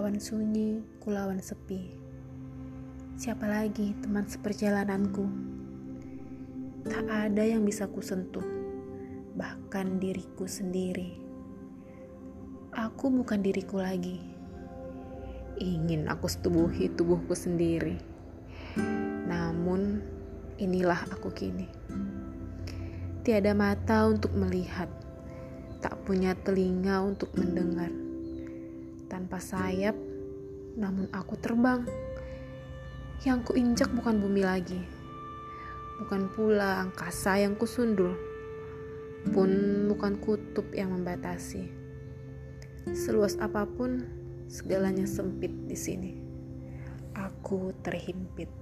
lawan sunyi, kulawan sepi. Siapa lagi teman seperjalananku? Tak ada yang bisa kusentuh, bahkan diriku sendiri. Aku bukan diriku lagi. Ingin aku setubuhi tubuhku sendiri. Namun, inilah aku kini. Tiada mata untuk melihat, tak punya telinga untuk mendengar. Tanpa sayap, namun aku terbang. Yang kuinjak bukan bumi lagi, bukan pula angkasa yang kusundul, pun bukan kutub yang membatasi. Seluas apapun, segalanya sempit di sini. Aku terhimpit.